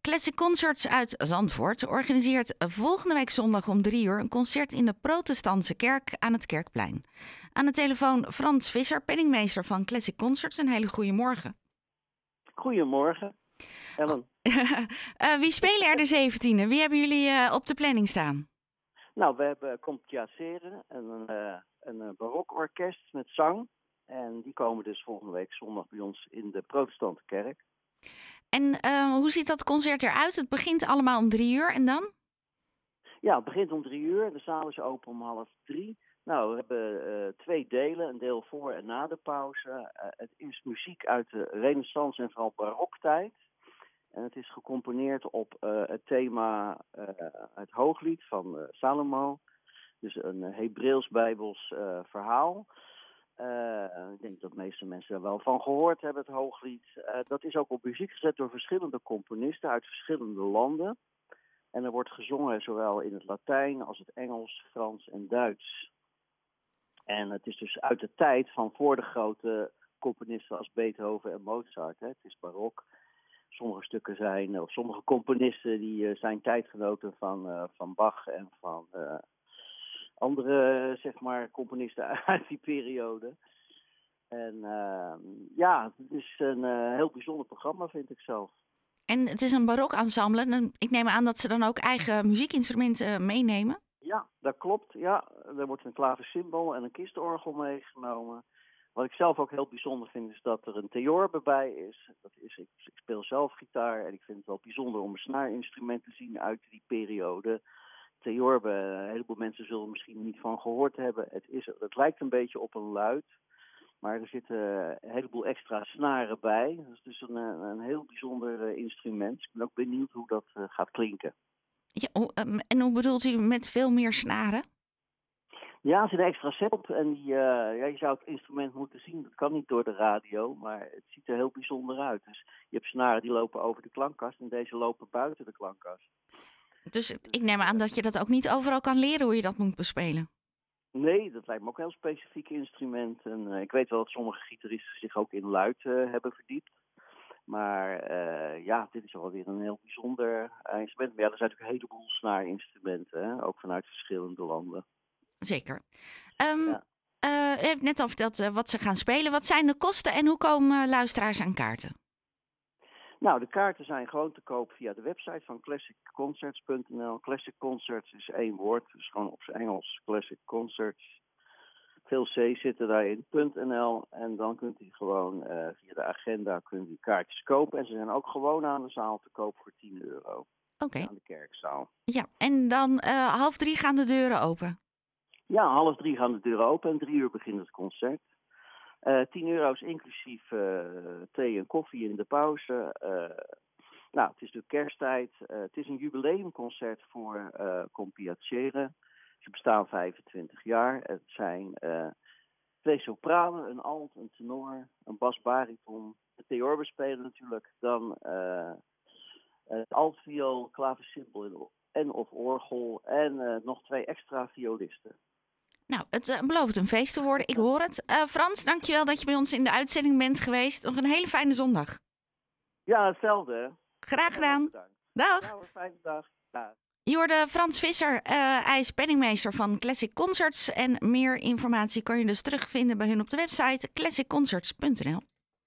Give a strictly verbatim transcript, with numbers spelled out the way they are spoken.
Classic Concerts uit Zandvoort organiseert volgende week zondag om drie uur een concert in de Protestantse Kerk aan het Kerkplein. Aan de telefoon Frans Visser, penningmeester van Classic Concerts. Een hele goede morgen. Goedemorgen, Ellen. uh, wie spelen er de zeventiende? Wie hebben jullie uh, op de planning staan? Nou, we hebben Compiacere, een, uh, een uh, barokorkest met zang. En die komen dus volgende week zondag bij ons in de Protestantse Kerk. En uh, hoe ziet dat concert eruit? Het begint allemaal om drie uur en dan? Ja, het begint om drie uur. De zaal is open om half drie. Nou, we hebben uh, twee delen, een deel voor en na de pauze. Uh, het is muziek uit de Renaissance en vooral baroktijd. En het is gecomponeerd op uh, het thema, uh, het Hooglied van uh, Salomo. Dus een Hebreeuws-Bijbels uh, verhaal. Uh, ik denk dat de meeste mensen er wel van gehoord hebben, het Hooglied. Uh, dat is ook op muziek gezet door verschillende componisten uit verschillende landen. En er wordt gezongen zowel in het Latijn als het Engels, Frans en Duits. En het is dus uit de tijd van voor de grote componisten als Beethoven en Mozart. Hè. Het is barok. Sommige stukken zijn, of sommige componisten die uh, zijn tijdgenoten van, uh, van Bach en van uh, andere, zeg maar, componisten uit die periode. En uh, ja, het is een uh, heel bijzonder programma, vind ik zelf. En het is een barokensemble. Ik neem aan dat ze dan ook eigen muziekinstrumenten meenemen? Ja, dat klopt. Ja, er wordt een klaversymbol en een kistorgel meegenomen. Wat ik zelf ook heel bijzonder vind, is dat er een theorbe bij is. Dat is ik, ik speel zelf gitaar en ik vind het wel bijzonder om een snaarinstrument te zien uit die periode. Theorbe, een heleboel mensen zullen er misschien niet van gehoord hebben. Het, is, het lijkt een beetje op een luid, maar er zitten een heleboel extra snaren bij. Dat is dus een, een heel bijzonder instrument. Ik ben ook benieuwd hoe dat uh, gaat klinken. Ja, en hoe bedoelt u met veel meer snaren? Ja, er zit een extra set op en die, uh, ja, je zou het instrument moeten zien. Dat kan niet door de radio, maar het ziet er heel bijzonder uit. Dus je hebt snaren die lopen over de klankkast en deze lopen buiten de klankkast. Dus ik neem aan dat je dat ook niet overal kan leren hoe je dat moet bespelen. Nee, dat lijkt me ook een heel specifiek instrument. En uh, ik weet wel dat sommige gitaristen zich ook in luid uh, hebben verdiept. Maar uh, ja, dit is wel weer een heel bijzonder uh, instrument. Maar ja, er zijn natuurlijk een heleboel snaarinstrumenten, hè? Ook vanuit verschillende landen. Zeker. Um, ja. uh, u heeft net al verteld uh, wat ze gaan spelen. Wat zijn de kosten en hoe komen uh, luisteraars aan kaarten? Nou, de kaarten zijn gewoon te koop via de website van classic concerts punt n l. Classic Concerts is één woord, dus gewoon op zijn Engels. Classic Concerts. Veel C zitten daarin, .nl. En dan kunt u gewoon uh, via de agenda kunt u kaartjes kopen. En ze zijn ook gewoon aan de zaal te koop voor tien euro. Oké. Okay. Aan de kerkzaal. Ja, en dan uh, half drie gaan de deuren open? Ja, half drie gaan de deuren open en drie uur begint het concert. Uh, tien euro is inclusief uh, thee en koffie in de pauze. Uh, nou, het is de kersttijd. Uh, het is een jubileumconcert voor uh, Compiacere. Ze bestaan vijfentwintig jaar. Het zijn uh, twee sopranen, een alt, een tenor, een basbariton. De theorbe spelen natuurlijk. Dan uh, het altviool, klaversymbol en of orgel. En uh, nog twee extra violisten. Nou, het uh, belooft een feest te worden. Ik hoor het. Uh, Frans, dankjewel dat je bij ons in de uitzending bent geweest. Nog een hele fijne zondag. Ja, hetzelfde. Graag gedaan. Dag. Ja, een fijne dag. Dag. Je hoorde Frans Visser. Uh, hij is penningmeester van Classic Concerts. En meer informatie kan je dus terugvinden bij hun op de website classic concerts punt n l.